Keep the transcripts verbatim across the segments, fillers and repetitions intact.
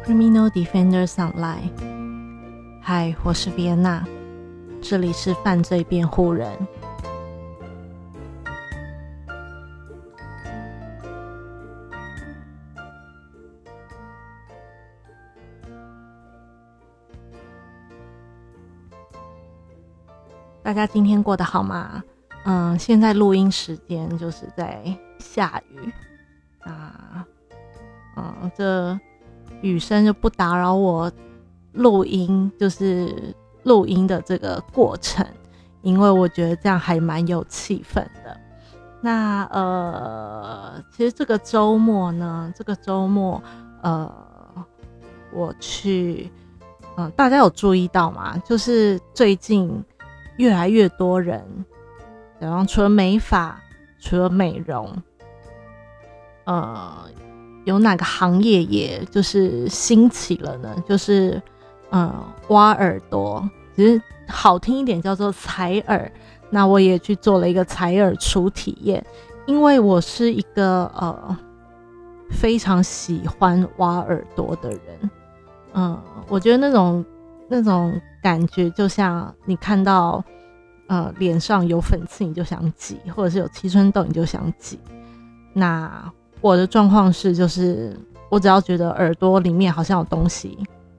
Criminal Defenders Online。 嗨，我是 Vienna， 这里是犯罪辩护人。大家今天过得好吗？嗯，现在录音时间就是在下雨啊，嗯，这雨声就不打扰我录音，就是录音的这个过程，因为我觉得这样还蛮有气氛的。那呃，其实这个周末呢，这个周末呃，我去，嗯，大家有注意到吗？就是最近越来越多人，然后除了美发，除了美容，呃，有哪个行业也就是兴起了呢？就是呃，挖耳朵，其实好听一点叫做采耳。那我也去做了一个采耳初体验，因为我是一个呃非常喜欢挖耳朵的人。嗯、呃，我觉得那种那种感觉就像你看到呃脸上有粉刺你就想挤，或者是有青春痘你就想挤。那我的状况是，就是我只要觉得耳朵里面好像有东西，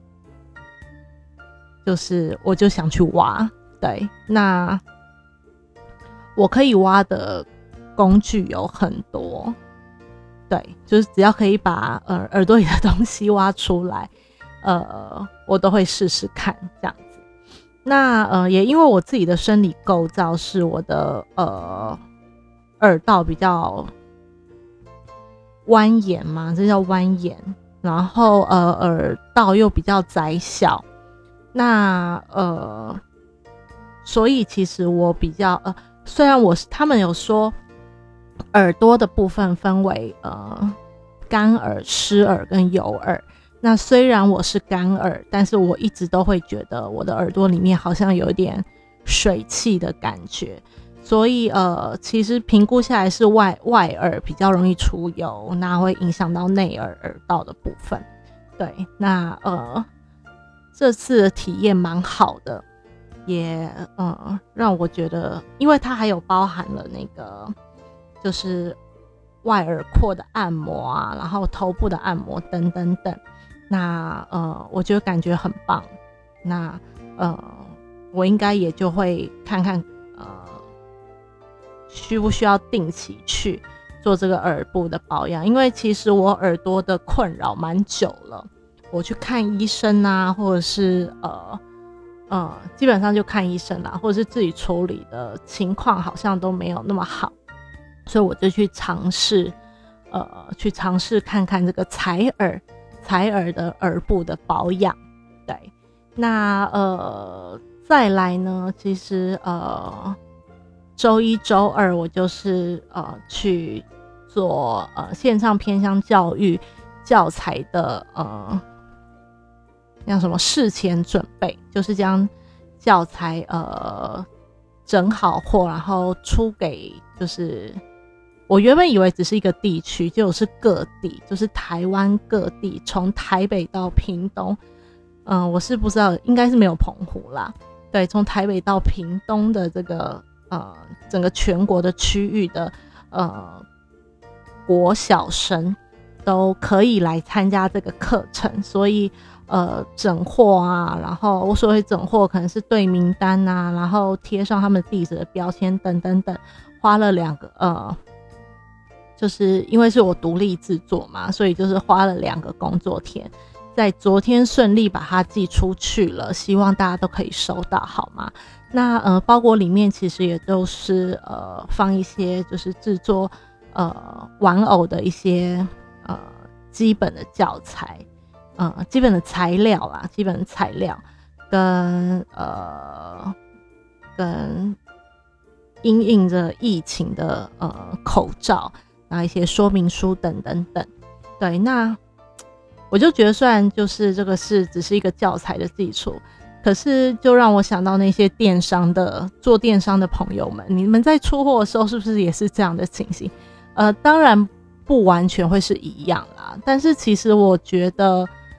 就是我就想去挖。对，那我可以挖的工具有很多，对，就是只要可以把呃耳朵里的东西挖出来，呃，我都会试试看这样子。那呃，也因为我自己的生理构造是我的呃耳道比较蜿蜒嘛，这叫蜿蜒，然后呃耳道又比较窄小，那呃，所以其实我比较呃，虽然我是他们有说耳朵的部分分为呃干耳、湿耳跟油耳。那虽然我是干耳，但是我一直都会觉得我的耳朵里面好像有一点水汽的感觉，所以呃，其实评估下来是外外耳比较容易出油，那会影响到内耳耳道的部分。对，那呃，这次的体验蛮好的，也呃让我觉得，因为它还有包含了那个就是外耳廓的按摩啊，然后头部的按摩等等等。那呃，我觉得感觉很棒。那呃，我应该也就会看看呃，需不需要定期去做这个耳部的保养，因为其实我耳朵的困扰蛮久了。我去看医生啊，或者是呃呃，基本上就看医生啦，或者是自己处理的情况好像都没有那么好，所以我就去尝试呃，去尝试看看这个采耳。采耳的耳部的保养。对，那呃再来呢，其实呃周一周二我就是呃去做呃线上偏乡教育教材的呃叫什么事前准备，就是将教材呃整好货，然后出给就是我原本以为只是一个地区，结果是各地，就是台湾各地，从台北到屏东，嗯，我是不知道，应该是没有澎湖啦。对，从台北到屏东的这个呃整个全国的区域的呃国小生都可以来参加这个课程，所以呃整货啊，然后我所谓整货可能是对名单啊，然后贴上他们地址的标签等等等，花了两个呃。就是因为是我独立制作嘛，所以就是花了两个工作天，在昨天顺利把它寄出去了，希望大家都可以收到，好吗？那呃，包裹里面其实也都是呃放一些就是制作呃玩偶的一些呃基本的教材，呃基本的材料啦，基本的材料跟呃跟因应着疫情的呃口罩。然后一些说明书等等等。对，那我就觉得虽然就是这个是只是一个教材的基础，可是就让我想到那些电商的做电商的朋友们，你们在出货的时候是不是也是这样的情形？呃，当然不完全会是一样啦，但是其实我觉得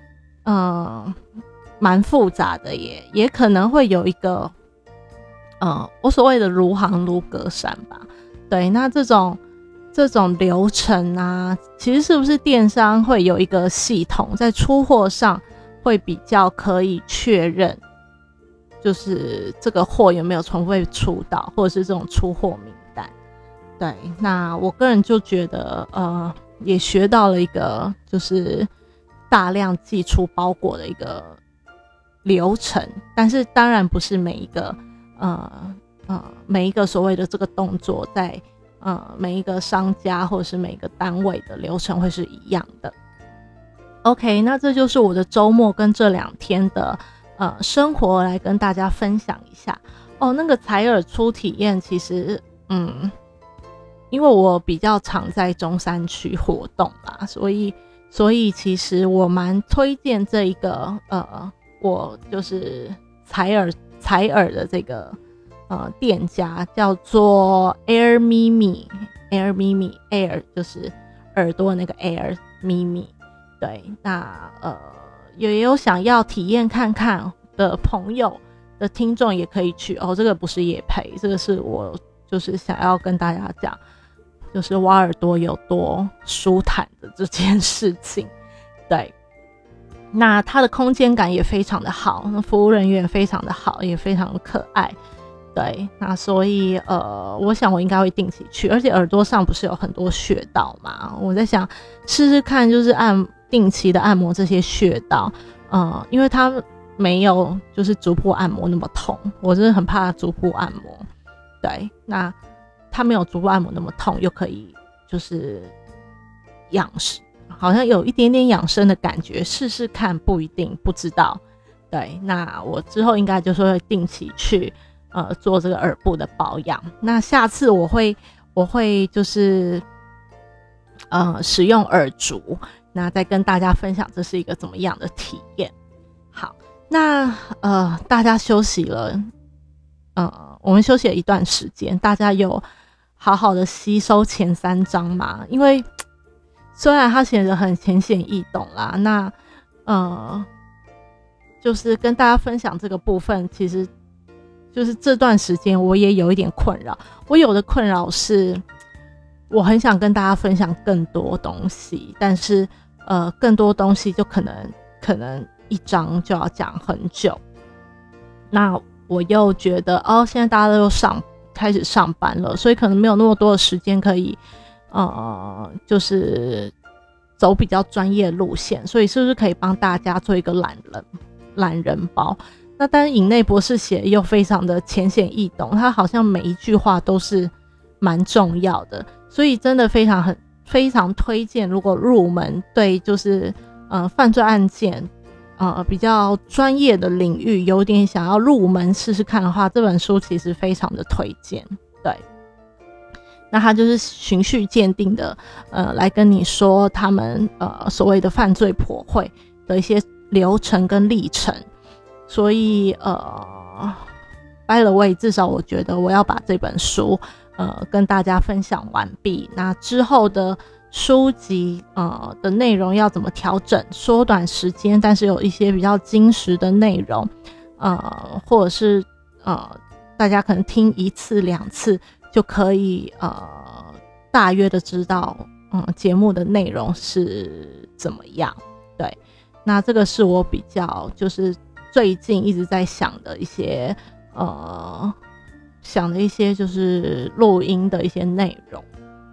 呃蛮复杂的耶，也可能会有一个呃我所谓的如行如隔山吧。对，那这种这种流程啊，其实是不是电商会有一个系统在出货上会比较可以确认，就是这个货有没有重复被出到，或者是这种出货名单。对，那我个人就觉得呃也学到了一个就是大量寄出包裹的一个流程，但是当然不是每一个呃呃每一个所谓的这个动作在呃每一个商家或者是每一个单位的流程会是一样的。OK， 那这就是我的周末跟这两天的呃生活来跟大家分享一下。哦，那个采耳初体验其实嗯因为我比较常在中山区活动啦，所以所以其实我蛮推荐这一个呃我就是采耳采耳的这个呃店家，叫做 Air Mimi Air Mimi Air 就是耳朵那个 Air Mimi。对，那呃也有想要体验看看的朋友的听众也可以去哦。这个不是业配，这个是我就是想要跟大家讲，就是挖耳朵有多舒坦的这件事情。对，那它的空间感也非常的好，那服务人员非常的好，也非常的可爱。对，那所以呃，我想我应该会定期去，而且耳朵上不是有很多穴道嘛，我在想试试看，就是按定期的按摩这些穴道，呃，因为它没有就是足部按摩那么痛，我真的很怕足部按摩。对，那它没有足部按摩那么痛，又可以就是养生，好像有一点点养生的感觉，试试看，不一定，不知道。对，那我之后应该就是会定期去呃做这个耳部的保养。那下次我会我会就是呃使用耳烛，那再跟大家分享这是一个怎么样的体验。好，那呃大家休息了，呃我们休息了一段时间，大家有好好的吸收前三章嘛？因为虽然它写得很浅显易懂啦，那呃就是跟大家分享这个部分，其实就是这段时间我也有一点困扰。我有的困扰是我很想跟大家分享更多东西，但是呃更多东西就可能可能一章就要讲很久。那我又觉得哦现在大家都上开始上班了，所以可能没有那么多的时间可以呃就是走比较专业路线，所以是不是可以帮大家做一个懒人懒人包？那但是尹内博士写又非常的浅显易懂，他好像每一句话都是蛮重要的，所以真的非常很非常推荐，如果入门对就是呃犯罪案件呃比较专业的领域有点想要入门试试看的话，这本书其实非常的推荐。对，那他就是循序渐进的呃来跟你说他们呃所谓的犯罪剖绘的一些流程跟历程。所以呃 by the way 至少我觉得我要把这本书呃跟大家分享完毕，那之后的书籍呃的内容要怎么调整，缩短时间，但是有一些比较精实的内容呃或者是呃大家可能听一次两次就可以呃大约的知道嗯节目的内容是怎么样。对，那这个是我比较就是最近一直在想的一些呃想的一些就是录音的一些内容。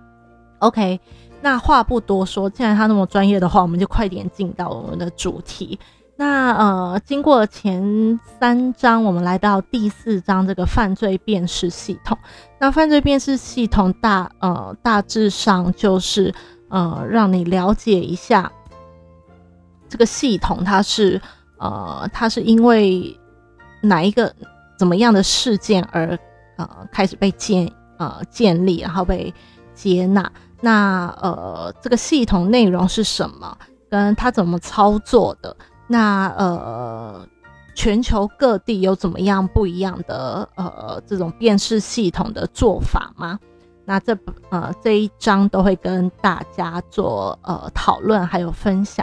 OK， 那话不多说，既然他那么专业的话，我们就快点进到我们的主题。那呃经过前三章，我们来到第四章这个犯罪辨识系统。那犯罪辨识系统大呃大致上就是呃让你了解一下这个系统它是呃，它是因为哪一个怎么样的事件而呃开始被建呃建立，然后被接纳。那呃这个系统内容是什么，跟它怎么操作的？那呃全球各地有怎么样不一样的呃这种辨识系统的做法吗？那这呃这一章都会跟大家做呃讨论还有分享。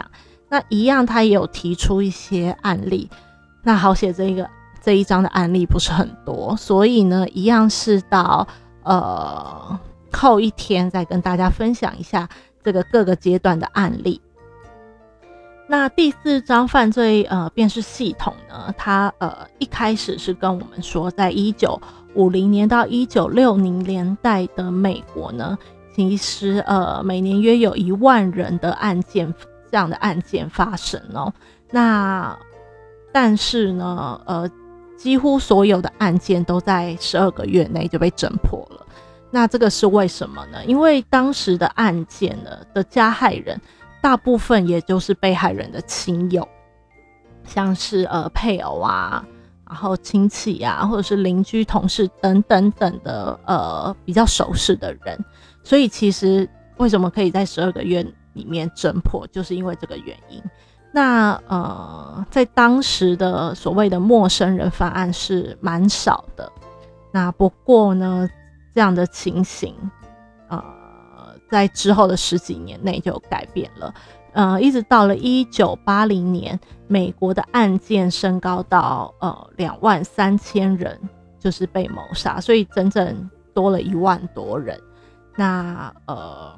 那一样他也有提出一些案例，那好写这一个这一章的案例不是很多，所以呢一样是到呃后一天再跟大家分享一下这个各个阶段的案例。那第四章犯罪呃辨识系统呢，它呃一开始是跟我们说，在一九五零年到一九六零年代的美国呢，其实呃每年约有一万人的案件，这样的案件发生哦。那但是呢呃几乎所有的案件都在十二个月内就被侦破了。那这个是为什么呢？因为当时的案件呢的加害人大部分也就是被害人的亲友，像是呃配偶啊，然后亲戚啊，或者是邻居、同事等等等的呃比较熟识的人。所以其实为什么可以在十二个月里面侦破，就是因为这个原因。那呃在当时的所谓的陌生人犯案是蛮少的。那不过呢这样的情形呃在之后的十几年内就改变了，呃，一直到了一九八零年，美国的案件升高到呃两万三千人，就是被谋杀，所以整整多了一万多人。那呃，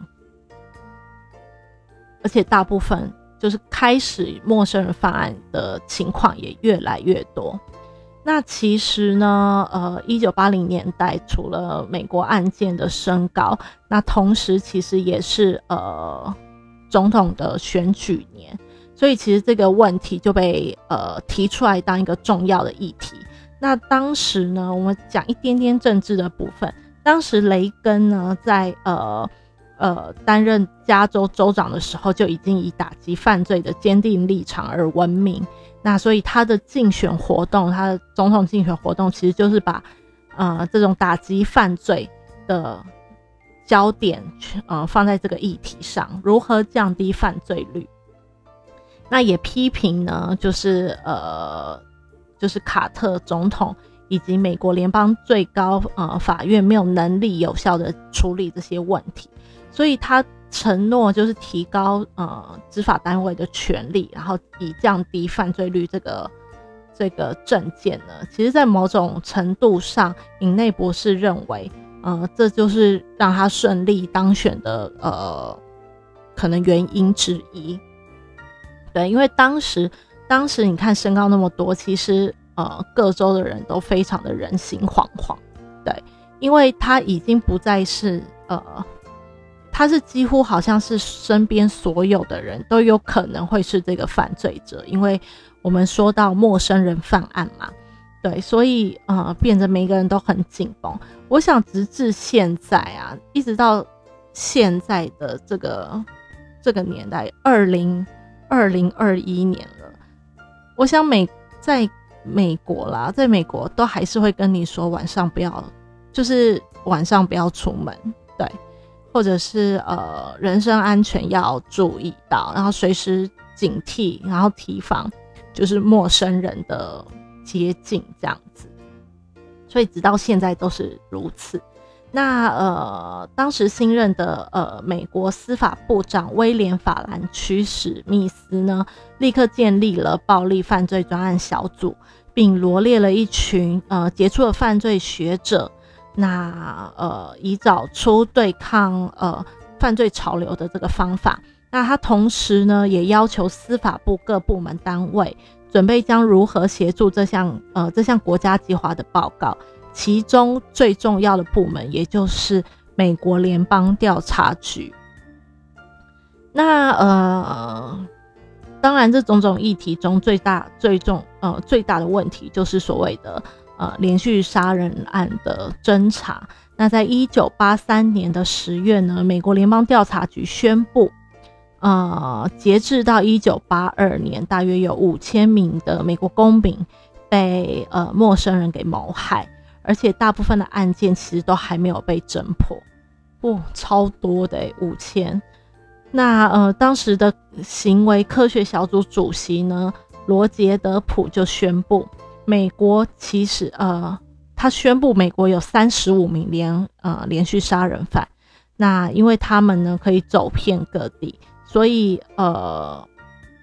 而且大部分就是开始陌生人犯案的情况也越来越多。那其实呢呃一九八零年代除了美国案件的升高，那同时其实也是呃总统的选举年，所以其实这个问题就被呃提出来当一个重要的议题。那当时呢我们讲一点点政治的部分，当时雷根呢在呃呃担任加州州长的时候就已经以打击犯罪的坚定立场而闻名。那所以他的竞选活动，他的总统竞选活动其实就是把呃这种打击犯罪的焦点呃放在这个议题上，如何降低犯罪率。那也批评呢就是呃就是卡特总统以及美国联邦最高呃法院没有能力有效的处理这些问题，所以他承诺就是提高呃执法单位的权力，然后以降低犯罪率这个这个政见呢，其实在某种程度上尹内博士认为呃这就是让他顺利当选的呃可能原因之一。对，因为当时当时你看升高那么多，其实呃各州的人都非常的人心惶惶。对，因为他已经不再是呃他是几乎好像是身边所有的人都有可能会是这个犯罪者，因为我们说到陌生人犯案嘛。对，所以呃变得每个人都很紧绷。我想直至现在啊，一直到现在的这个这个年代二零二一年了，我想美在美国啦，在美国都还是会跟你说晚上不要，就是晚上不要出门。对，或者是呃人身安全要注意到，然后随时警惕，然后提防就是陌生人的接近这样子。所以直到现在都是如此。那呃当时新任的呃美国司法部长威廉法兰区史密斯呢，立刻建立了暴力犯罪专案小组，并罗列了一群呃杰出的犯罪学者，那呃以找出对抗呃犯罪潮流的这个方法。那他同时呢也要求司法部各部门单位准备将如何协助这项呃这项国家计划的报告，其中最重要的部门也就是美国联邦调查局。那呃当然这种种议题中最大最重呃最大的问题就是所谓的呃连续杀人案的侦查。那在一九八三年的十月呢，美国联邦调查局宣布呃截至到一九八二年，大约有五千名的美国公民被呃陌生人给谋害，而且大部分的案件其实都还没有被侦破。哦，超多的耶，五千。那呃当时的行为科学小组主席呢罗杰德普就宣布，美国其实呃他宣布美国有三十五名连呃连续杀人犯。那因为他们呢可以走遍各地，所以呃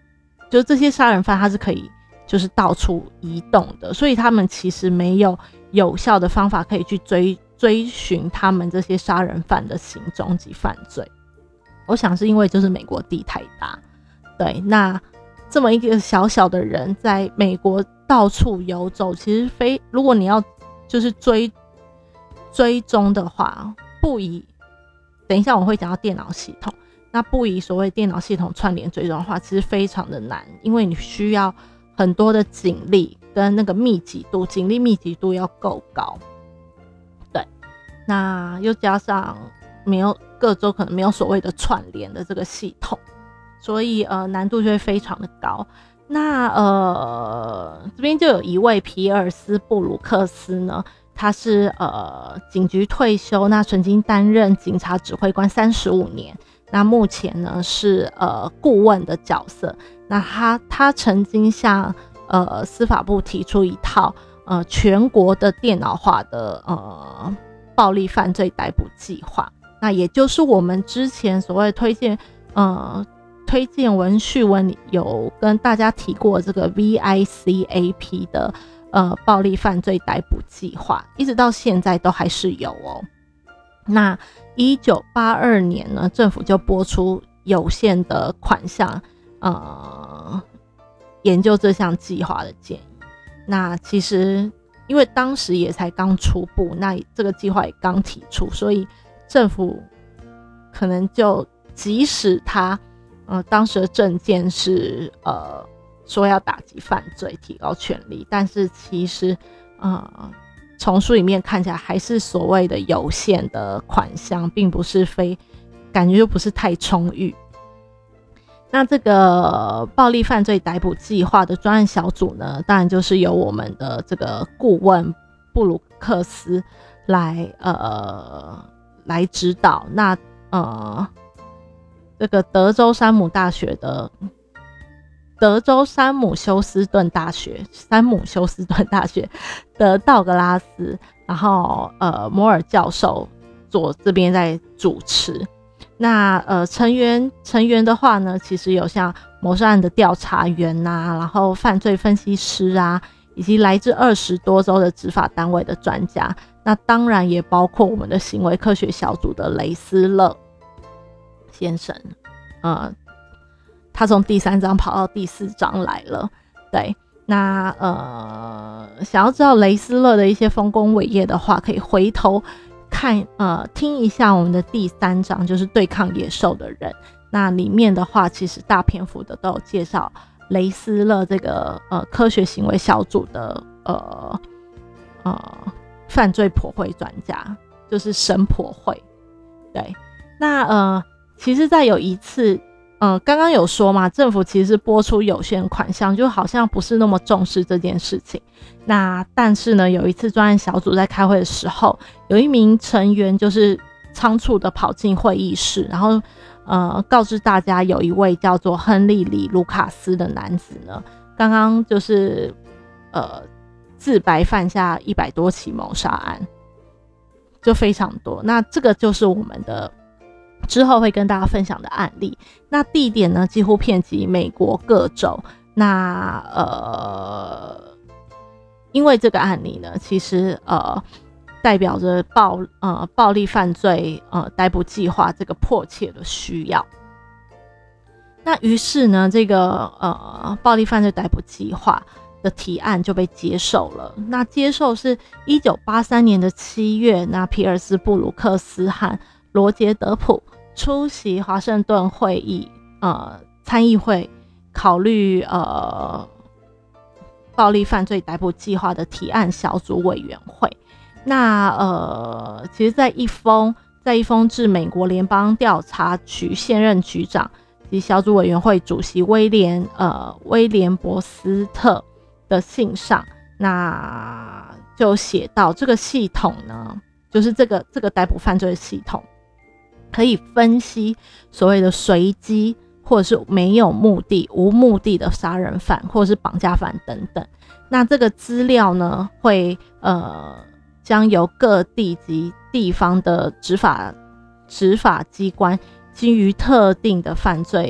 就这些杀人犯他是可以就是到处移动的，所以他们其实没有有效的方法可以去追追寻他们这些杀人犯的行踪及犯罪。我想是因为就是美国地太大，对，那这么一个小小的人在美国到处游走，其实非如果你要就是追追踪的话，不以等一下我会讲到电脑系统，那不以所谓电脑系统串联追踪的话，其实非常的难，因为你需要很多的警力跟那个密集度，警力密集度要够高，对，那又加上没有各州可能没有所谓的串联的这个系统，所以呃难度就会非常的高。那呃这边就有一位皮尔斯布鲁克斯呢，他是呃警局退休，那曾经担任警察指挥官三十五年，那目前呢是呃顾问的角色。那他他曾经向呃司法部提出一套呃全国的电脑化的呃暴力犯罪逮捕计划，那也就是我们之前所谓推荐呃推荐文序文有跟大家提过这个 V I C A P 的呃暴力犯罪逮捕计划，一直到现在都还是有哦。那一九八二年呢，政府就拨出有限的款项呃研究这项计划的建议。那其实因为当时也才刚初步，那这个计划也刚提出，所以政府可能就即使他呃当时的政见是呃说要打击犯罪提高权力，但是其实呃从书里面看起来还是所谓的有限的款项，并不是非感觉就不是太充裕。那这个暴力犯罪逮捕计划的专案小组呢，当然就是由我们的这个顾问布鲁克斯来呃来指导。那呃这个德州山姆大学的德州山姆休斯顿大学山姆休斯顿大学的道格拉斯，然后呃摩尔教授做这边在主持。那呃成员成员的话呢，其实有像谋杀案的调查员啊，然后犯罪分析师啊，以及来自二十多州的执法单位的专家。那当然也包括我们的行为科学小组的雷斯勒先生，呃，他从第三章跑到第四章来了。对，那呃，想要知道雷斯勒的一些丰功伟业的话，可以回头看呃听一下我们的第三章，就是对抗野兽的人。那里面的话，其实大篇幅的都有介绍雷斯勒这个呃科学行为小组的呃呃犯罪剖绘专家，就是神剖绘。对，那呃。其实在有一次嗯，刚刚有说嘛，政府其实是拨出有限款项，就好像不是那么重视这件事情。那但是呢，有一次专案小组在开会的时候，有一名成员就是仓促的跑进会议室，然后呃告知大家有一位叫做亨利·李·卢卡斯的男子呢，刚刚就是呃自白犯下一百多起谋杀案，就非常多。那这个就是我们的之后会跟大家分享的案例。那地点呢，几乎遍及美国各州。那呃，因为这个案例呢，其实呃代表着暴呃暴力犯罪呃逮捕计划这个迫切的需要。那于是呢，这个呃暴力犯罪逮捕计划的提案就被接受了。那接受是一九八三年的七月，那皮尔斯布鲁克斯和罗杰德普出席华盛顿会议，呃，参议会考虑呃暴力犯罪逮捕计划的提案小组委员会。那呃，其实在一封在一封致美国联邦调查局现任局长及小组委员会主席威廉呃威廉伯斯特的信上，那就写到这个系统呢，就是这个这个逮捕犯罪的系统。可以分析所谓的随机或者是没有目的无目的的杀人犯或者是绑架犯等等。那这个资料呢，会呃将由各地及地方的执法执法机关基于特定的犯罪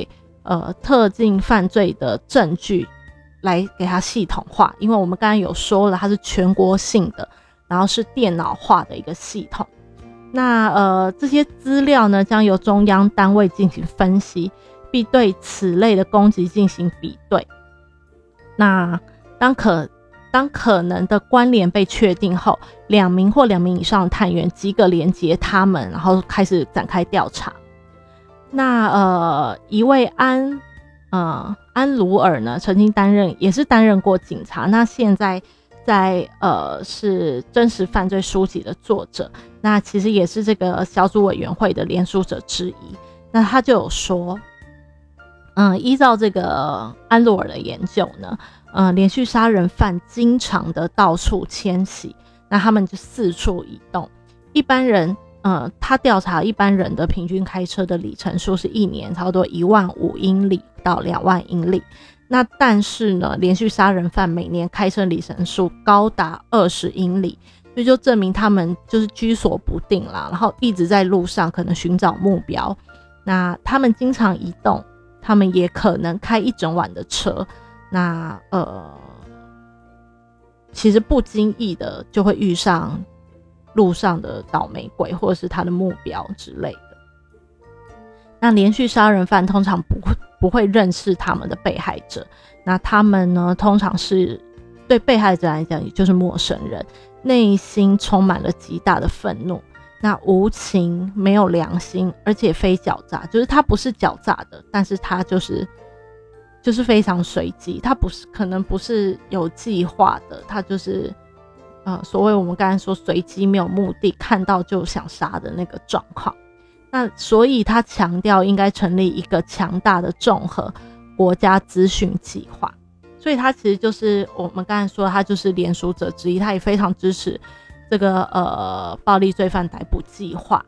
呃特定犯罪的证据来给它系统化，因为我们刚刚有说了，它是全国性的，然后是电脑化的一个系统。那呃这些资料呢，将由中央单位进行分析，并对此类的攻击进行比对。那当可当可能的关联被确定后，两名或两名以上的探员即可连接他们，然后开始展开调查。那呃一位安呃安鲁尔呢，曾经担任也是担任过警察，那现在在呃是真实犯罪书籍的作者，那其实也是这个小组委员会的联署者之一。那他就有说，嗯，依照这个安鲁尔的研究呢，呃，连续杀人犯经常的到处迁徙，那他们就四处移动。一般人，呃，他调查一般人的平均开车的里程数是一年差不多一万五英里到两万英里。那但是呢，连续杀人犯每年开车里程数高达二十英里，所以就证明他们就是居所不定啦，然后一直在路上可能寻找目标。那他们经常移动，他们也可能开一整晚的车。那呃，其实不经意的就会遇上路上的倒霉鬼，或者是他的目标之类的。那连续杀人犯通常不会不会认识他们的被害者，那他们呢，通常是对被害者来讲，也就是陌生人，内心充满了极大的愤怒。那无情，没有良心，而且非狡诈，就是他不是狡诈的，但是他就是就是非常随机，他不是可能不是有计划的，他就是呃所谓我们刚才说随机没有目的，看到就想杀的那个状况。那所以他强调应该成立一个强大的综合国家资讯计划，所以他其实就是我们刚才说他就是联署者之一，他也非常支持这个呃暴力罪犯逮捕计划。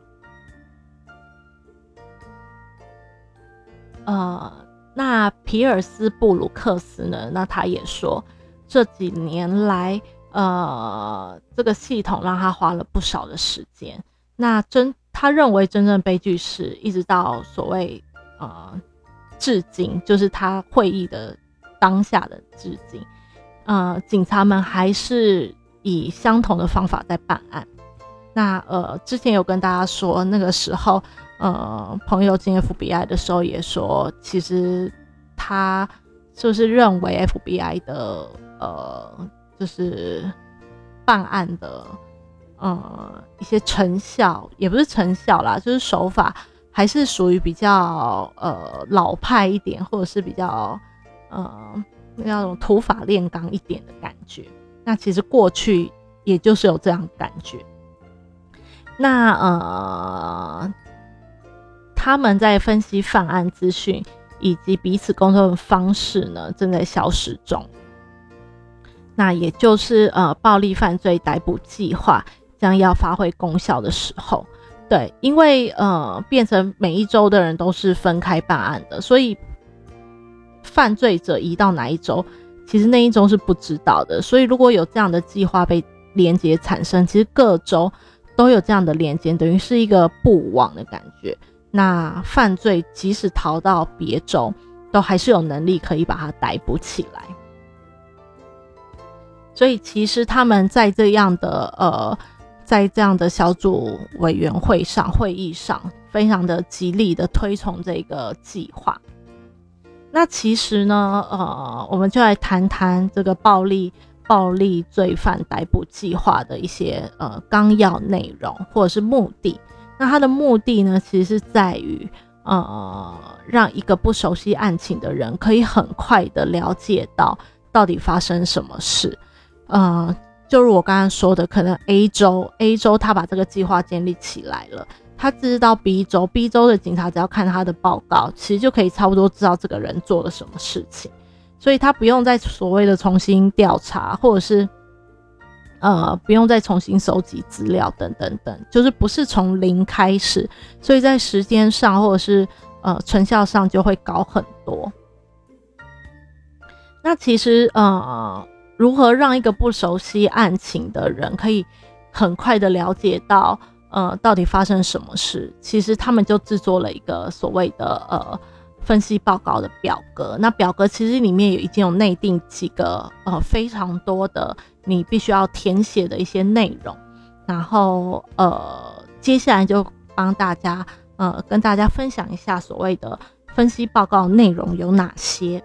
呃，那皮尔斯布鲁克斯呢？那他也说，这几年来，呃，这个系统让他花了不少的时间。那真他认为真正的悲剧是一直到所谓呃至今，就是他会议的当下的至今，呃，警察们还是以相同的方法在办案。那呃，之前有跟大家说，那个时候，呃，朋友进 F B I 的时候也说，其实他就是认为 F B I 的呃，就是办案的呃一些成效，也不是成效啦，就是手法还是属于比较呃老派一点，或者是比较呃那种土法炼钢一点的感觉。那其实过去也就是有这样的感觉。那呃，他们在分析犯案资讯以及彼此沟通的方式呢，正在消失中。那也就是呃，暴力犯罪逮捕计划将要发挥功效的时候。对，因为呃，变成每一周的人都是分开办案的，所以犯罪者移到哪一周，其实那一周是不知道的。所以如果有这样的计划被连结产生，其实各州都有这样的连结，等于是一个布网的感觉。那犯罪即使逃到别州，都还是有能力可以把它逮捕起来。所以其实他们在这样的呃，在这样的小组委员会上、会议上，非常的极力的推崇这个计划。那其实呢，呃，我们就来谈谈这个暴力暴力罪犯逮捕计划的一些呃纲要内容或者是目的。那它的目的呢，其实是在于呃让一个不熟悉案情的人可以很快的了解到到底发生什么事。呃，就如我刚刚说的，可能 A 州 A 州他把这个计划建立起来了，他知道 B 州 B 州的警察只要看他的报告，其实就可以差不多知道这个人做了什么事情。所以他不用再所谓的重新调查，或者是呃不用再重新收集资料等等等，就是不是从零开始，所以在时间上或者是呃成效上就会高很多。那其实呃如何让一个不熟悉案情的人可以很快的了解到呃到底发生什么事，其实他们就制作了一个所谓的呃分析报告的表格。那表格其实里面已经有内定几个呃非常多的你必须要填写的一些内容，然后呃接下来就帮大家呃跟大家分享一下所谓的分析报告内容有哪些。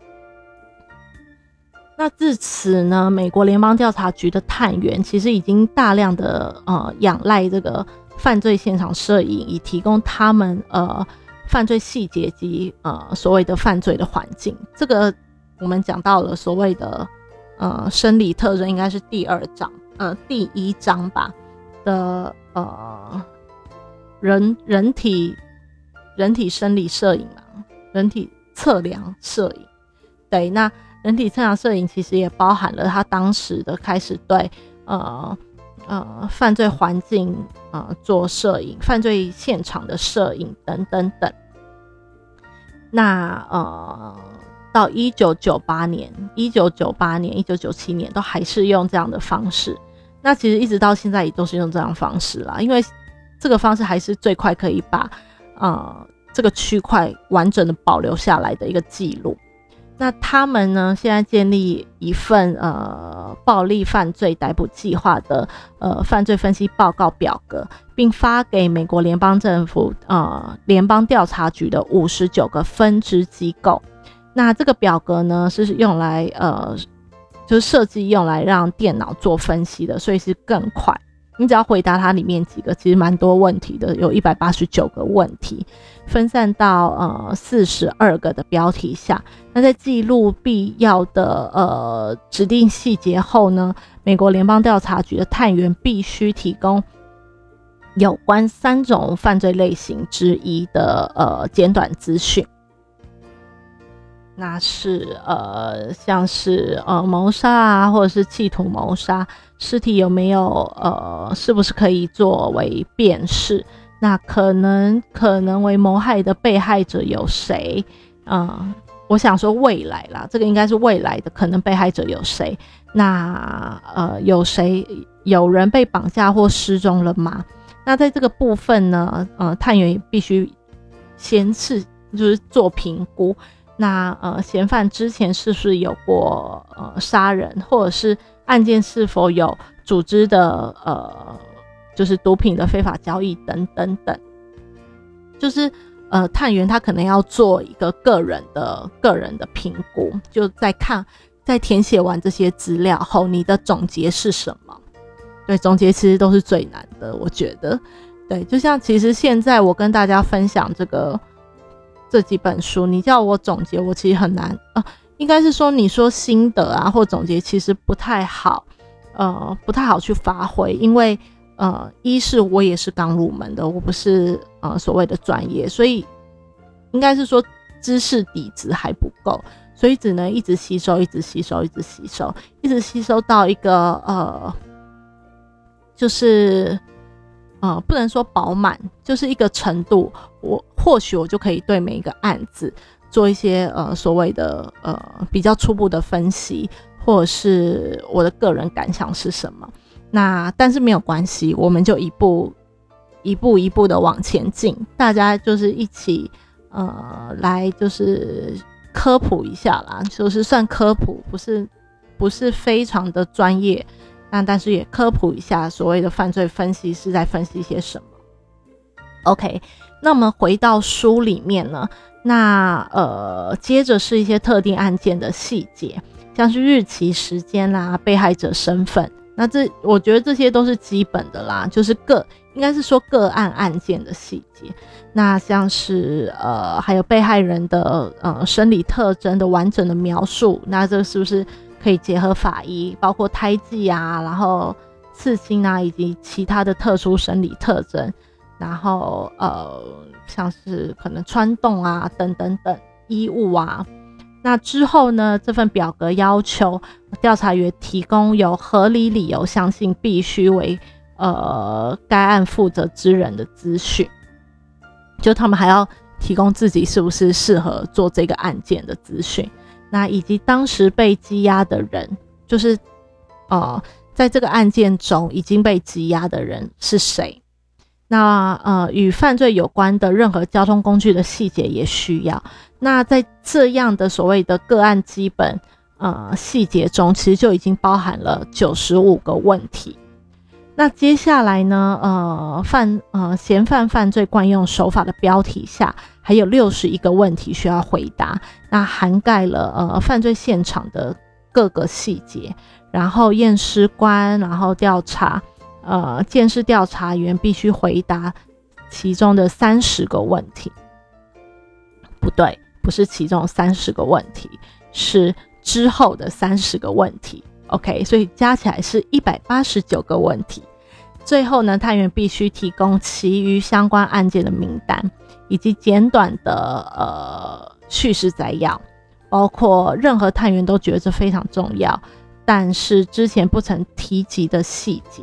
那至此呢，美国联邦调查局的探员其实已经大量的呃仰赖这个犯罪现场摄影，以提供他们呃犯罪细节及呃所谓的犯罪的环境。这个我们讲到了所谓的呃生理特征，应该是第二章呃第一章吧的呃人人体人体生理摄影嘛，人体测量摄影。对，那人体测量摄影其实也包含了他当时的开始对呃呃犯罪环境呃做摄影，犯罪现场的摄影等等等。那呃到一九九八年、一九九八年、一九九七年都还是用这样的方式。那其实一直到现在也都是用这样的方式啦，因为这个方式还是最快可以把呃这个区块完整的保留下来的一个记录。那他们呢，现在建立一份呃暴力犯罪逮捕计划的呃犯罪分析报告表格，并发给美国联邦政府呃联邦调查局的五十九个分支机构。那这个表格呢是用来呃就是设计用来让电脑做分析的，所以是更快。你只要回答它里面几个其实蛮多问题的，有一百八十九个问题，分散到呃四十二个的标题下。那在记录必要的呃指定细节后呢，美国联邦调查局的探员必须提供有关三种犯罪类型之一的呃简短资讯。那是呃像是呃谋杀啊，或者是企图谋杀，尸体有没有呃是不是可以作为辨识，那可能可能为谋害的被害者有谁，嗯、呃，我想说未来啦，这个应该是未来的可能被害者有谁，那呃有谁有人被绑架或失踪了吗？那在这个部分呢，呃探员必须先是就是做评估。那呃，嫌犯之前是不是有过呃杀人，或者是案件是否有组织的呃，就是毒品的非法交易等等等，就是呃，探员他可能要做一个个人的个人的评估，就在看在填写完这些资料后，你的总结是什么？对，总结其实都是最难的，我觉得。对，就像其实现在我跟大家分享这个。这几本书你叫我总结，我其实很难呃，应该是说你说心得啊或总结其实不太好呃，不太好去发挥，因为呃，一是我也是刚入门的，我不是呃所谓的专业，所以应该是说知识底子还不够，所以只能一直吸收一直吸收一直吸收一直吸收到一个呃就是呃，不能说饱满，就是一个程度，我或许我就可以对每一个案子做一些呃所谓的呃比较初步的分析，或者是我的个人感想是什么。那但是没有关系，我们就一步一步一步的往前进，大家就是一起呃来就是科普一下啦，就是算科普，不是不是非常的专业。那但是也科普一下所谓的犯罪分析是在分析些什么。 OK， 那我们回到书里面呢，那呃接着是一些特定案件的细节，像是日期时间啦，被害者身份，那这我觉得这些都是基本的啦，就是个应该是说个案案件的细节。那像是呃还有被害人的呃生理特征的完整的描述，那这是不是可以结合法医，包括胎记啊，然后刺青啊，以及其他的特殊生理特征，然后呃像是可能穿洞啊等等等衣物啊。那之后呢，这份表格要求调查员提供有合理理由相信必须为呃该案负责之人的资讯，就他们还要提供自己是不是适合做这个案件的资讯。那以及当时被羁押的人，就是呃，在这个案件中已经被羁押的人是谁？ 那呃与犯罪有关的任何交通工具的细节也需要。那在这样的所谓的个案基本呃细节中，其实就已经包含了九十五个问题。那接下来呢，呃犯呃嫌犯犯罪惯用手法的标题下，还有六十一个问题需要回答，那涵盖了呃犯罪现场的各个细节，然后验尸官，然后调查呃鉴识调查员必须回答其中的三十个问题。不对，不是其中三十个问题，是之后的三十个问题。OK， 所以加起来是一百八十九个问题。最后呢，探员必须提供其余相关案件的名单，以及简短的呃叙事摘要，包括任何探员都觉得这非常重要，但是之前不曾提及的细节。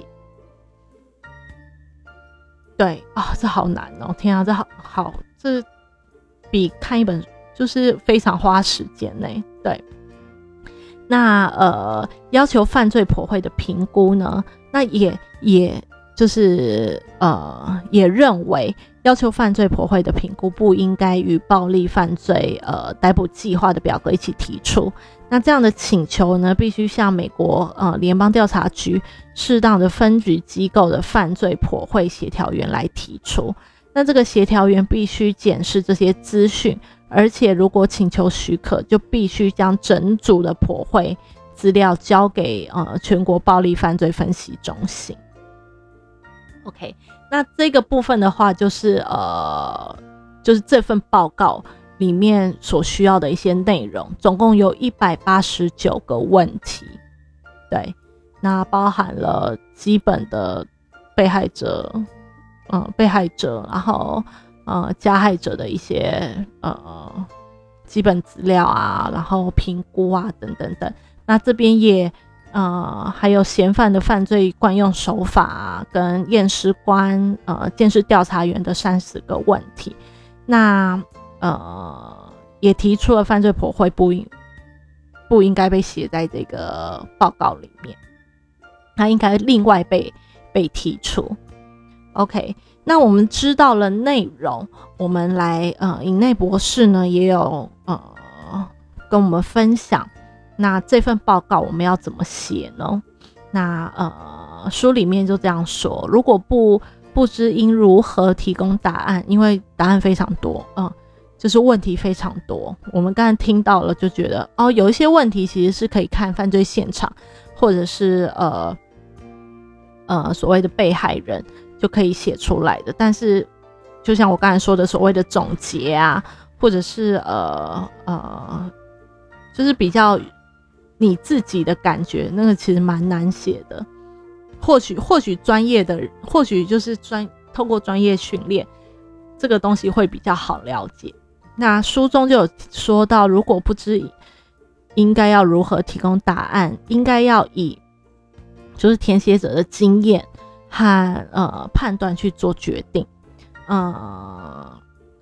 对啊、哦，这好难哦！天啊，这好好，这比看一本就是非常花时间呢。对。那呃，要求犯罪剖绘的评估呢，那也也就是呃，也认为要求犯罪剖绘的评估不应该与暴力犯罪呃逮捕计划的表格一起提出。那这样的请求呢，必须向美国呃联邦调查局适当的分局机构的犯罪剖绘协调员来提出。那这个协调员必须检视这些资讯，而且如果请求许可，就必须将整组的剖绘资料交给呃全国暴力犯罪分析中心。OK， 那这个部分的话，就是呃，就是这份报告里面所需要的一些内容，总共有一百八十九个问题。对，那包含了基本的被害者。嗯，被害者，然后呃加害者的一些呃基本资料啊，然后评估啊等等等。那这边也呃还有嫌犯的犯罪惯用手法啊，跟验尸官呃鉴识调查员的三十个问题。那呃也提出了犯罪剖绘不应不应该被写在这个报告里面，它应该另外被被提出。OK， 那我们知道了内容，我们来呃，尹内博士呢也有呃跟我们分享，那这份报告我们要怎么写呢？那呃书里面就这样说，如果不不知应如何提供答案，因为答案非常多，嗯、呃，就是问题非常多。我们刚才听到了，就觉得哦，有一些问题其实是可以看犯罪现场，或者是呃呃所谓的被害人。就可以写出来的，但是就像我刚才说的所谓的总结啊，或者是呃呃，就是比较你自己的感觉，那个其实蛮难写的。或许或许专业的，或许就是专透过专业训练，这个东西会比较好了解。那书中就有说到，如果不知应该要如何提供答案，应该要以就是填写者的经验和呃判断去做决定，呃，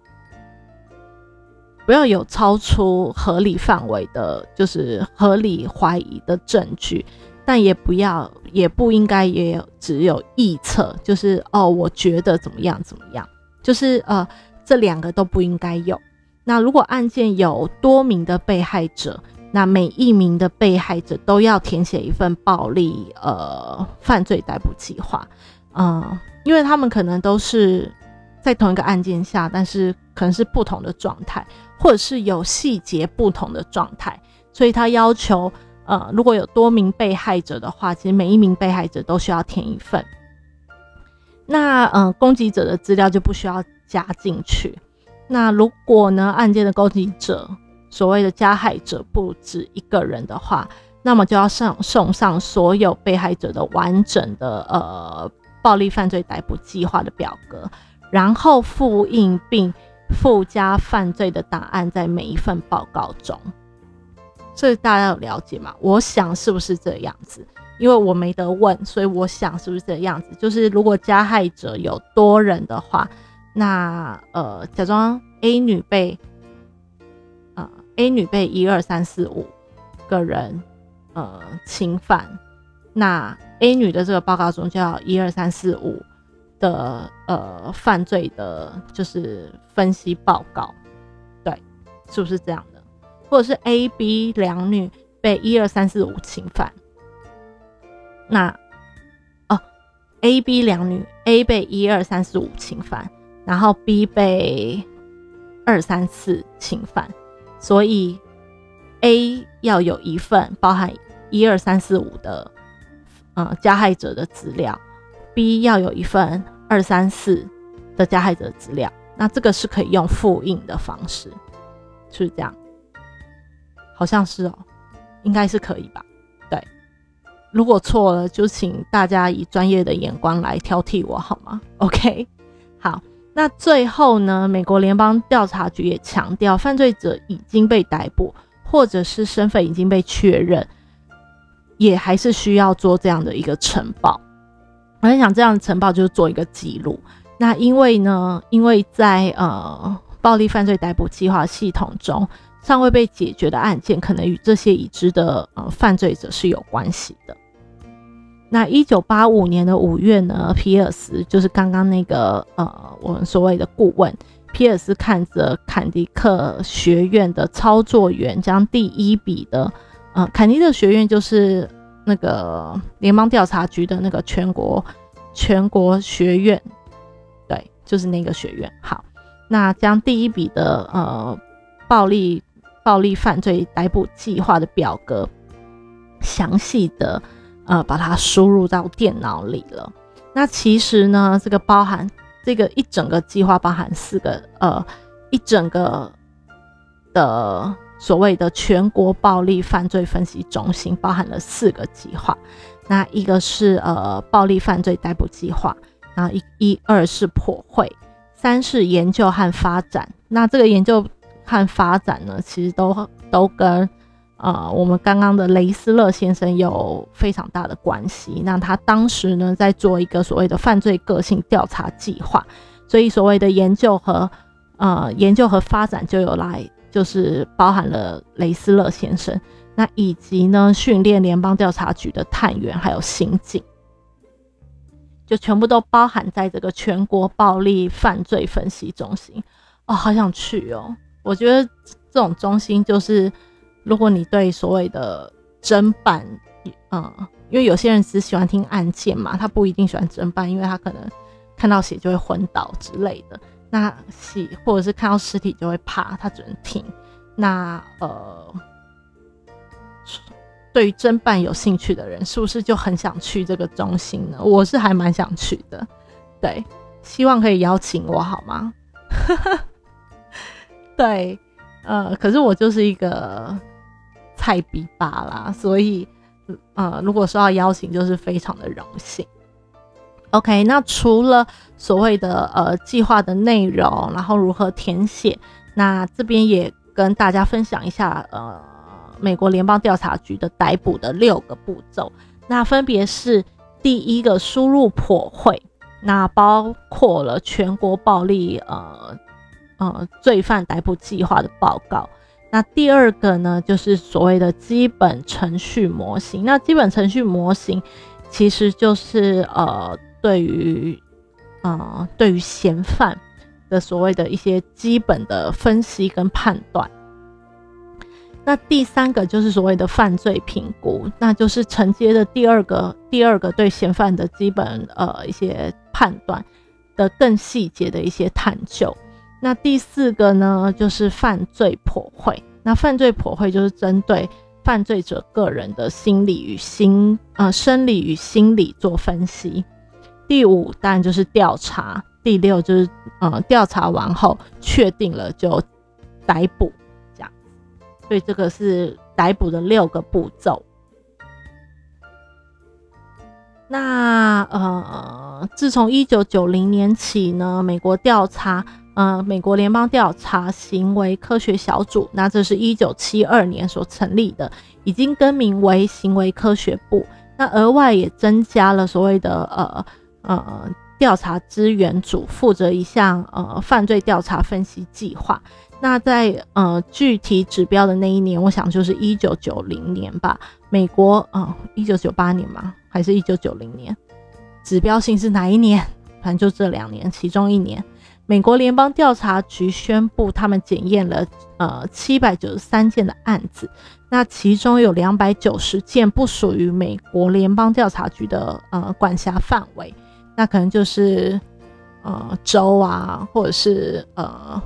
不要有超出合理范围的，就是合理怀疑的证据，但也不要，也不应该也有只有臆测，就是哦，我觉得怎么样怎么样，就是呃，这两个都不应该有。那如果案件有多名的被害者，那每一名的被害者都要填写一份暴力呃犯罪逮捕计划，嗯、呃，因为他们可能都是在同一个案件下，但是可能是不同的状态，或者是有细节不同的状态，所以他要求呃如果有多名被害者的话，其实每一名被害者都需要填一份。那呃攻击者的资料就不需要加进去。那如果呢案件的攻击者所谓的加害者不止一个人的话，那么就要上送上所有被害者的完整的呃暴力犯罪逮捕计划的表格，然后复印并附加犯罪的档案在每一份报告中。这大家有了解吗？我想是不是这样子？因为我没得问，所以我想是不是这样子？就是如果加害者有多人的话，那呃假装 A 女被A 女被一二三四五个人呃侵犯，那 A 女的这个报告中就要一二三四五的呃犯罪的，就是分析报告，对，是不是这样的？或者是 A、B 两女被一二三四五侵犯，那哦 A、B 两女 A 被一二三四五侵犯，然后 B 被二三四侵犯，所以 A 要有一份包含一二三四五的呃加害者的资料， B 要有一份二三四的加害者的资料，那这个是可以用复印的方式，是不是这样？好像是哦，应该是可以吧？对，如果错了，就请大家以专业的眼光来挑剔我好吗 ？OK， 好，那最后呢，美国联邦调查局也强调，犯罪者已经被逮捕，或者是身份已经被确认，也还是需要做这样的一个呈报。我在想，这样的呈报就是做一个记录。那因为呢，因为在呃暴力犯罪逮捕计划系统中，尚未被解决的案件，可能与这些已知的呃犯罪者是有关系的。那一九八五年的五月呢，皮尔斯就是刚刚那个呃我们所谓的顾问，皮尔斯看着坎迪克学院的操作员将第一笔的呃坎迪克学院就是那个联邦调查局的那个全国全国学院，对，就是那个学院。好，那将第一笔的呃暴力暴力犯罪逮捕计划的表格详细的呃把它输入到电脑里了。那其实呢，这个包含这个一整个计划包含四个呃一整个的所谓的全国暴力犯罪分析中心，包含了四个计划。那一个是呃暴力犯罪逮捕计划，然后一一二是破会，三是研究和发展。那这个研究和发展呢，其实都都跟呃我们刚刚的雷斯勒先生有非常大的关系。那他当时呢在做一个所谓的犯罪个性调查计划，所以所谓的研究和呃研究和发展就有来就是包含了雷斯勒先生，那以及呢训练联邦调查局的探员还有刑警，就全部都包含在这个全国暴力犯罪分析中心。哦，好想去哦！我觉得这种中心就是，如果你对所谓的侦办，嗯，因为有些人只喜欢听案件嘛，他不一定喜欢侦办，因为他可能看到血就会昏倒之类的。那血或者是看到尸体就会怕，他只能听。那呃，对于侦办有兴趣的人，是不是就很想去这个中心呢？我是还蛮想去的，对，希望可以邀请我好吗？对，呃，可是我就是一个菜逼吧啦，所以呃，如果受到邀请，就是非常的荣幸。OK， 那除了所谓的呃计划的内容，然后如何填写，那这边也跟大家分享一下呃美国联邦调查局的逮捕的六个步骤。那分别是第一个输入破会，那包括了全国暴力呃呃罪犯逮捕计划的报告。那第二个呢，就是所谓的基本程序模型。那基本程序模型其实就是呃对于呃对于嫌犯的所谓的一些基本的分析跟判断。那第三个就是所谓的犯罪评估，那就是承接的第二个第二个对嫌犯的基本呃一些判断的更细节的一些探究。那第四个呢，就是犯罪剖绘。那犯罪剖绘就是针对犯罪者个人的心理与心呃生理与心理做分析。第五当然就是调查，第六就是呃调查完后确定了就逮捕，这样。所以这个是逮捕的六个步骤。那呃，自从一九九零年起呢，美国调查呃美国联邦调查行为科学小组，那这是一九七二年所成立的，已经更名为行为科学部。那额外也增加了所谓的呃呃调查资源组，负责一项呃犯罪调查分析计划。那在呃具体指标的那一年，我想就是一九九零年吧。美国呃一九九八年吗？还是一九九零年？指标性是哪一年？ 反正就这两年其中一年，美国联邦调查局宣布他们检验了呃七百九十三件的案子，那其中有两百九十件不属于美国联邦调查局的呃管辖范围，那可能就是呃州啊，或者是呃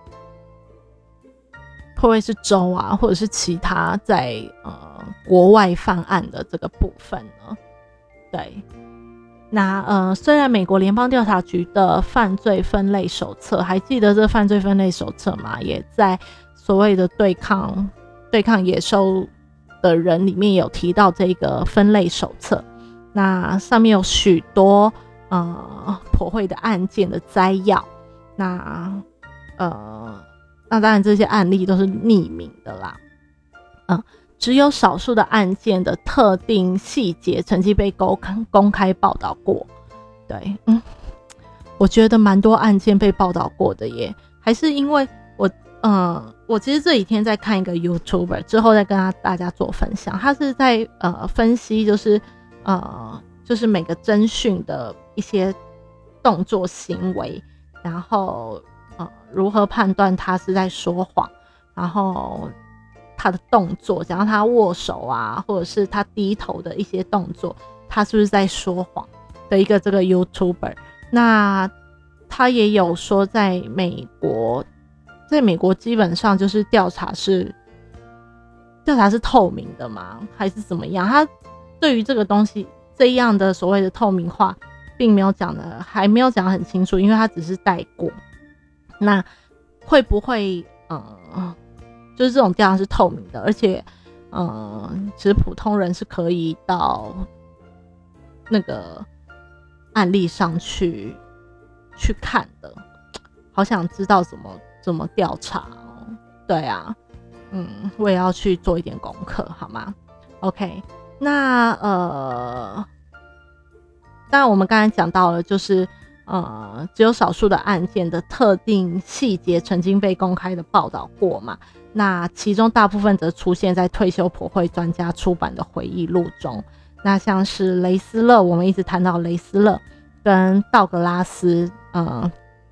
会不会是州啊，或者是其他在呃国外犯案的这个部分呢？对，那呃虽然美国联邦调查局的犯罪分类手册，还记得这犯罪分类手册吗？也在所谓的对抗对抗野兽的人里面有提到这个分类手册，那上面有许多呃破获的案件的摘要，那呃那当然这些案例都是匿名的啦，嗯、呃，只有少数的案件的特定细节曾经被公开公开报道过。对，嗯，我觉得蛮多案件被报道过的耶，还是因为我呃我其实这几天在看一个 YouTuber， 之后再跟他大家做分享，他是在呃分析就是呃就是每个侦讯的一些动作行为，然后呃如何判断他是在说谎，然后他的动作，假如他握手啊，或者是他低头的一些动作，他是不是在说谎的一个这个 YouTuber。 那他也有说在美国在美国基本上就是调查是调查是透明的吗还是怎么样，他对于这个东西这样的所谓的透明化并没有讲的还没有讲得很清楚，因为他只是带过。那会不会呃就是这种调查是透明的，而且呃其实普通人是可以到那个案例上去去看的，好想知道怎么怎么调查哦。对啊，嗯，我也要去做一点功课，好吗 ？OK， 那呃，当然我们刚才讲到了，就是呃，只有少数的案件的特定细节曾经被公开的报道过嘛。那其中大部分则出现在退休普惠专家出版的回忆录中。那像是雷斯勒，我们一直谈到雷斯勒跟道格拉斯，呃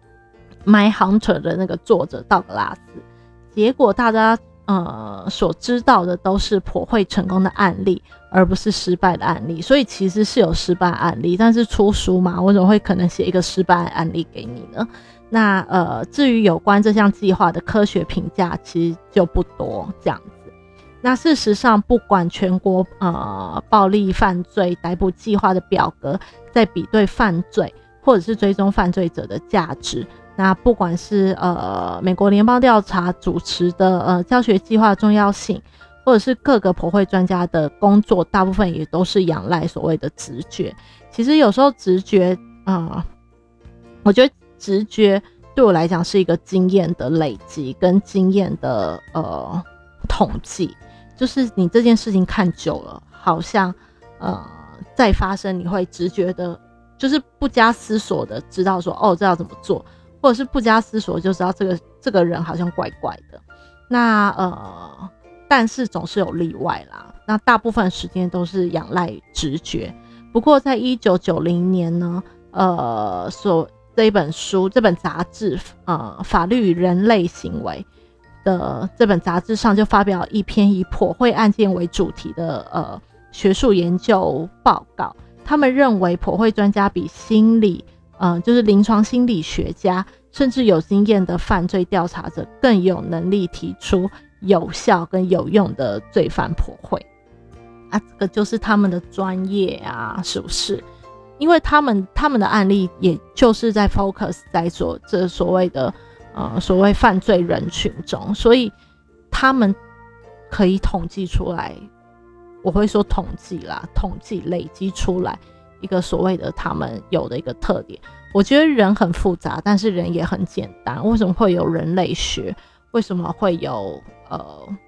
，My Hunter 的那个作者道格拉斯，结果大家呃所知道的都是普惠成功的案例，而不是失败的案例。所以其实是有失败案例，但是出书嘛，我怎么会可能写一个失败案例给你呢？那呃，至于有关这项计划的科学评价，其实就不多这样子。那事实上，不管全国呃暴力犯罪逮捕计划的表格在比对犯罪或者是追踪犯罪者的价值，那不管是呃美国联邦调查主持的呃教学计划的重要性，或者是各个普惠专家的工作，大部分也都是仰赖所谓的直觉。其实有时候直觉，呃，我觉得直觉对我来讲是一个经验的累积跟经验的呃统计。就是你这件事情看久了，好像呃再发生你会直觉的，就是不加思索的知道说哦这要怎么做，或者是不加思索就知道这个这个人好像怪怪的。那呃但是总是有例外啦，那大部分时间都是仰赖直觉。不过在一九九零年呢，呃所这一本书这本杂志呃法律与人类行为的这本杂志上就发表一篇以普惠案件为主题的呃学术研究报告。他们认为普惠专家比心理呃就是临床心理学家甚至有经验的犯罪调查者更有能力提出有效跟有用的罪犯普惠啊，这个就是他们的专业啊，是不是？因为他们他们的案例也就是在 focus 在做这所谓的呃，所谓犯罪人群中，所以他们可以统计出来，我会说统计啦，统计累积出来一个所谓的他们有的一个特点。我觉得人很复杂，但是人也很简单。为什么会有人类学？为什么会有呃，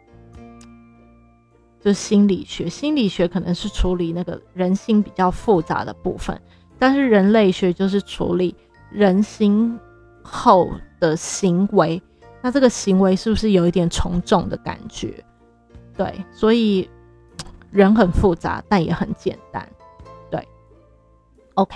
就是心理学？心理学可能是处理那个人心比较复杂的部分，但是人类学就是处理人心后的行为，那这个行为是不是有一点从众的感觉？对，所以人很复杂，但也很简单。对 ，OK，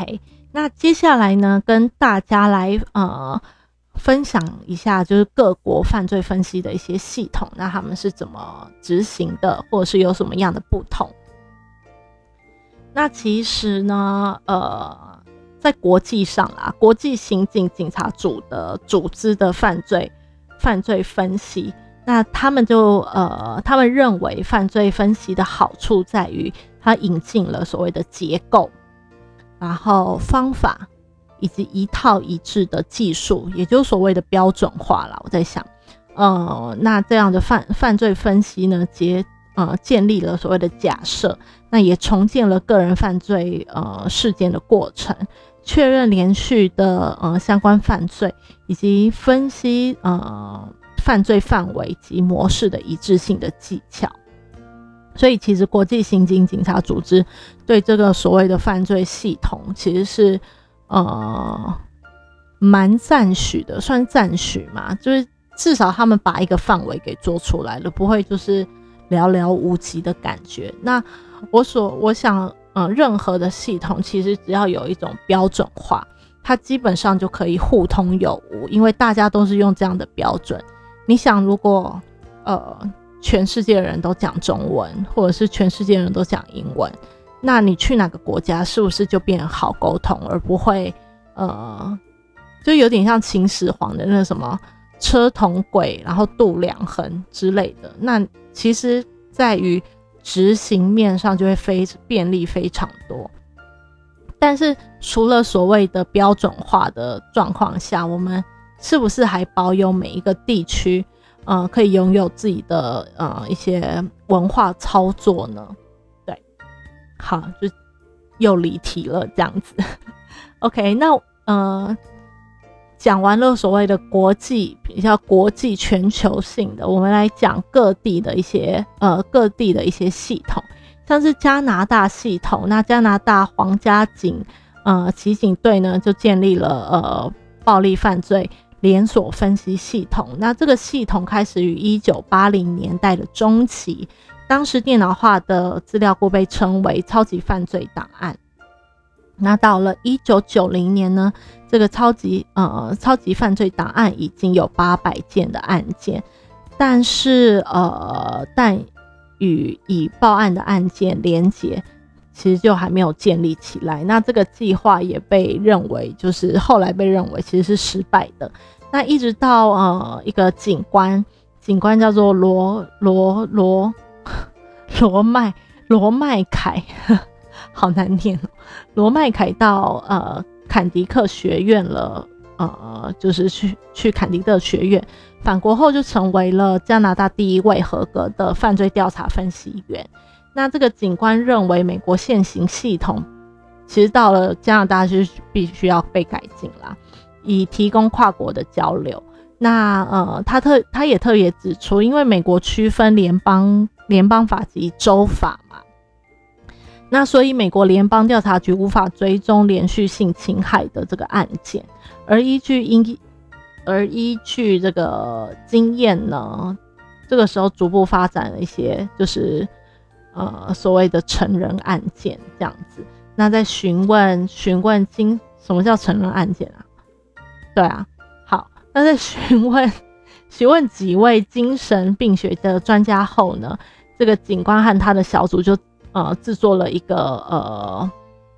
那接下来呢，跟大家来呃分享一下，就是各国犯罪分析的一些系统，那他们是怎么执行的，或者是有什么样的不同。那其实呢，呃，在国际上啦，国际刑警警察组的组织的犯罪犯罪分析，那他们就呃，他们认为犯罪分析的好处在于，它引进了所谓的结构，然后方法以及一套一致的技术，也就是所谓的标准化啦。我在想，呃，那这样的犯犯罪分析呢，结呃建立了所谓的假设，那也重建了个人犯罪呃事件的过程，确认连续的呃相关犯罪，以及分析呃犯罪范围及模式的一致性的技巧。所以其实国际刑警警察组织对这个所谓的犯罪系统其实是呃蛮赞许的，算赞许嘛，就是至少他们把一个范围给做出来了，不会就是寥寥无几的感觉。那我所我想呃任何的系统其实只要有一种标准化，它基本上就可以互通有无，因为大家都是用这样的标准。你想如果呃全世界的人都讲中文，或者是全世界的人都讲英文，那你去哪个国家是不是就变好沟通，而不会呃，就有点像秦始皇的那什么车同轨，然后度量衡之类的。那其实在于执行面上就会非便利非常多。但是除了所谓的标准化的状况下，我们是不是还保有每一个地区呃，可以拥有自己的呃一些文化操作呢？对，好，就又离题了这样子。OK， 那呃讲完了所谓的国际比较国际全球性的，我们来讲各地的一些呃各地的一些系统，像是加拿大系统，那加拿大皇家警呃骑警队呢就建立了呃暴力犯罪连锁分析系统。那这个系统开始于一九八零年代的中期，当时电脑化的资料库被称为超级犯罪档案。那到了一九九零年呢，这个超级呃超级犯罪档案已经有八百件的案件，但是呃但与已报案的案件连结其实就还没有建立起来。那这个计划也被认为就是后来被认为其实是失败的。那一直到呃一个警官警官叫做罗罗罗罗麦罗麦凯好难念哦，罗麦凯到呃坎迪克学院了，呃就是去去坎迪克学院返国后就成为了加拿大第一位合格的犯罪调查分析员。那这个警官认为美国现行系统其实到了加拿大就是必须要被改进啦，以提供跨国的交流。那呃他特他也特别指出，因为美国区分联邦联邦法及州法嘛，那所以美国联邦调查局无法追踪连续性侵害的这个案件，而依据因而依据这个经验呢，这个时候逐步发展了一些就是呃所谓的成人案件这样子。那在询问询问经什么叫成人案件啊？对啊，好，那在询问询问几位精神病学的专家后呢，这个警官和他的小组就呃制作了一个呃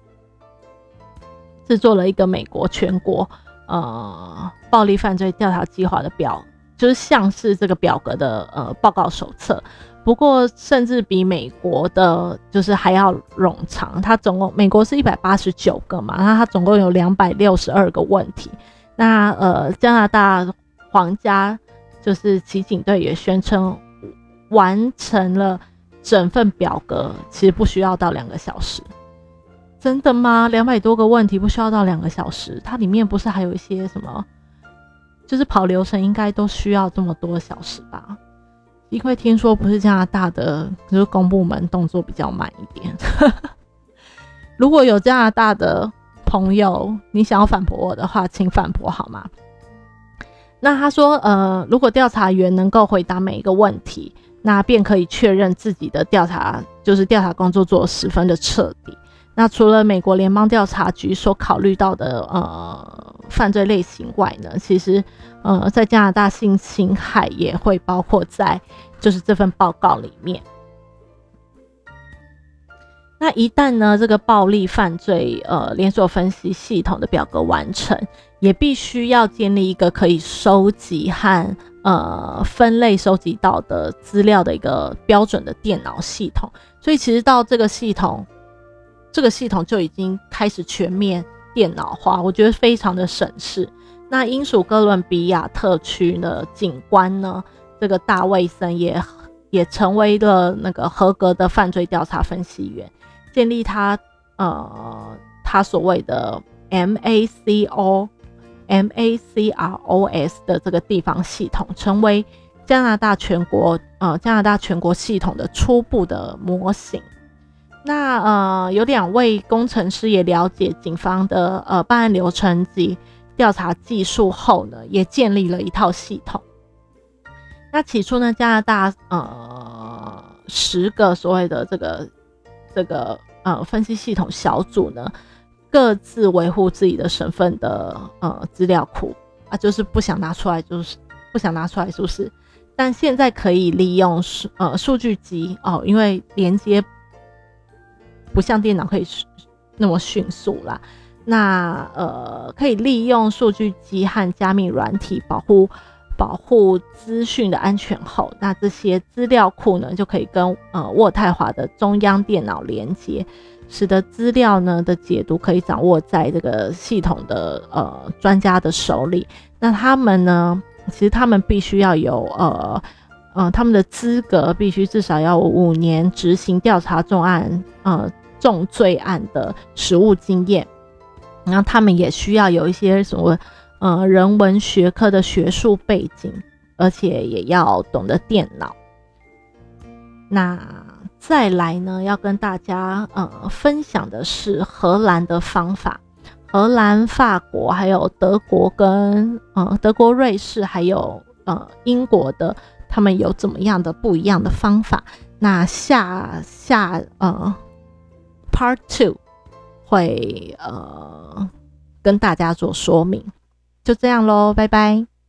制作了一个美国全国呃暴力犯罪调查计划的表，就是像是这个表格的呃报告手册。不过甚至比美国的就是还要冗长，它总共美国是一百八十九个嘛，那它总共有两百六十二个问题。那呃加拿大皇家就是骑警队也宣称完成了整份表格其实不需要到两个小时。真的吗？两百多个问题不需要到两个小时？它里面不是还有一些什么就是跑流程应该都需要这么多小时吧？因为听说不是加拿大的就是公部门动作比较慢一点如果有加拿大的朋友你想要反驳我的话，请反驳好吗？那他说呃，如果调查员能够回答每一个问题，那便可以确认自己的调查就是调查工作做得十分的彻底。 那除了美国联邦调查局所考虑到的呃犯罪类型外呢，其实呃在加拿大性侵害也会包括在就是这份报告里面。那一旦呢这个暴力犯罪呃连锁分析系统的表格完成，也必须要建立一个可以收集和呃分类收集到的资料的一个标准的电脑系统。所以其实到这个系统这个系统就已经开始全面电脑化，我觉得非常的省事。那英属哥伦比亚特区的警官呢，这个大卫森也也成为了那个合格的犯罪调查分析员，建立他呃他所谓的 M A C O M A C R O S 的这个地方系统，成为加拿大全国呃加拿大全国系统的初步的模型。那呃有两位工程师也了解警方的呃办案流程及调查技术后呢，也建立了一套系统。那起初呢，加拿大呃十个所谓的这个这个呃分析系统小组呢，各自维护自己的身份的呃资料库啊，就是不想拿出来，就是不想拿出来，是不是？但现在可以利用呃数据集哦，因为连接不像电脑可以那么迅速啦。那呃可以利用数据集和加密软体保护保护资讯的安全后，那这些资料库呢就可以跟呃渥太华的中央电脑连接，使得资料呢的解读可以掌握在这个系统的呃专家的手里。那他们呢，其实他们必须要有呃呃他们的资格必须至少要有五年执行调查重案呃重罪案的实务经验，然后他们也需要有一些什么呃人文学科的学术背景，而且也要懂得电脑。那再来呢，要跟大家呃分享的是荷兰的方法。荷兰、法国还有德国跟呃德国、瑞士还有呃英国的，他们有怎么样的不一样的方法？那下下呃 Part two 会呃跟大家做说明。就这样咯，拜拜。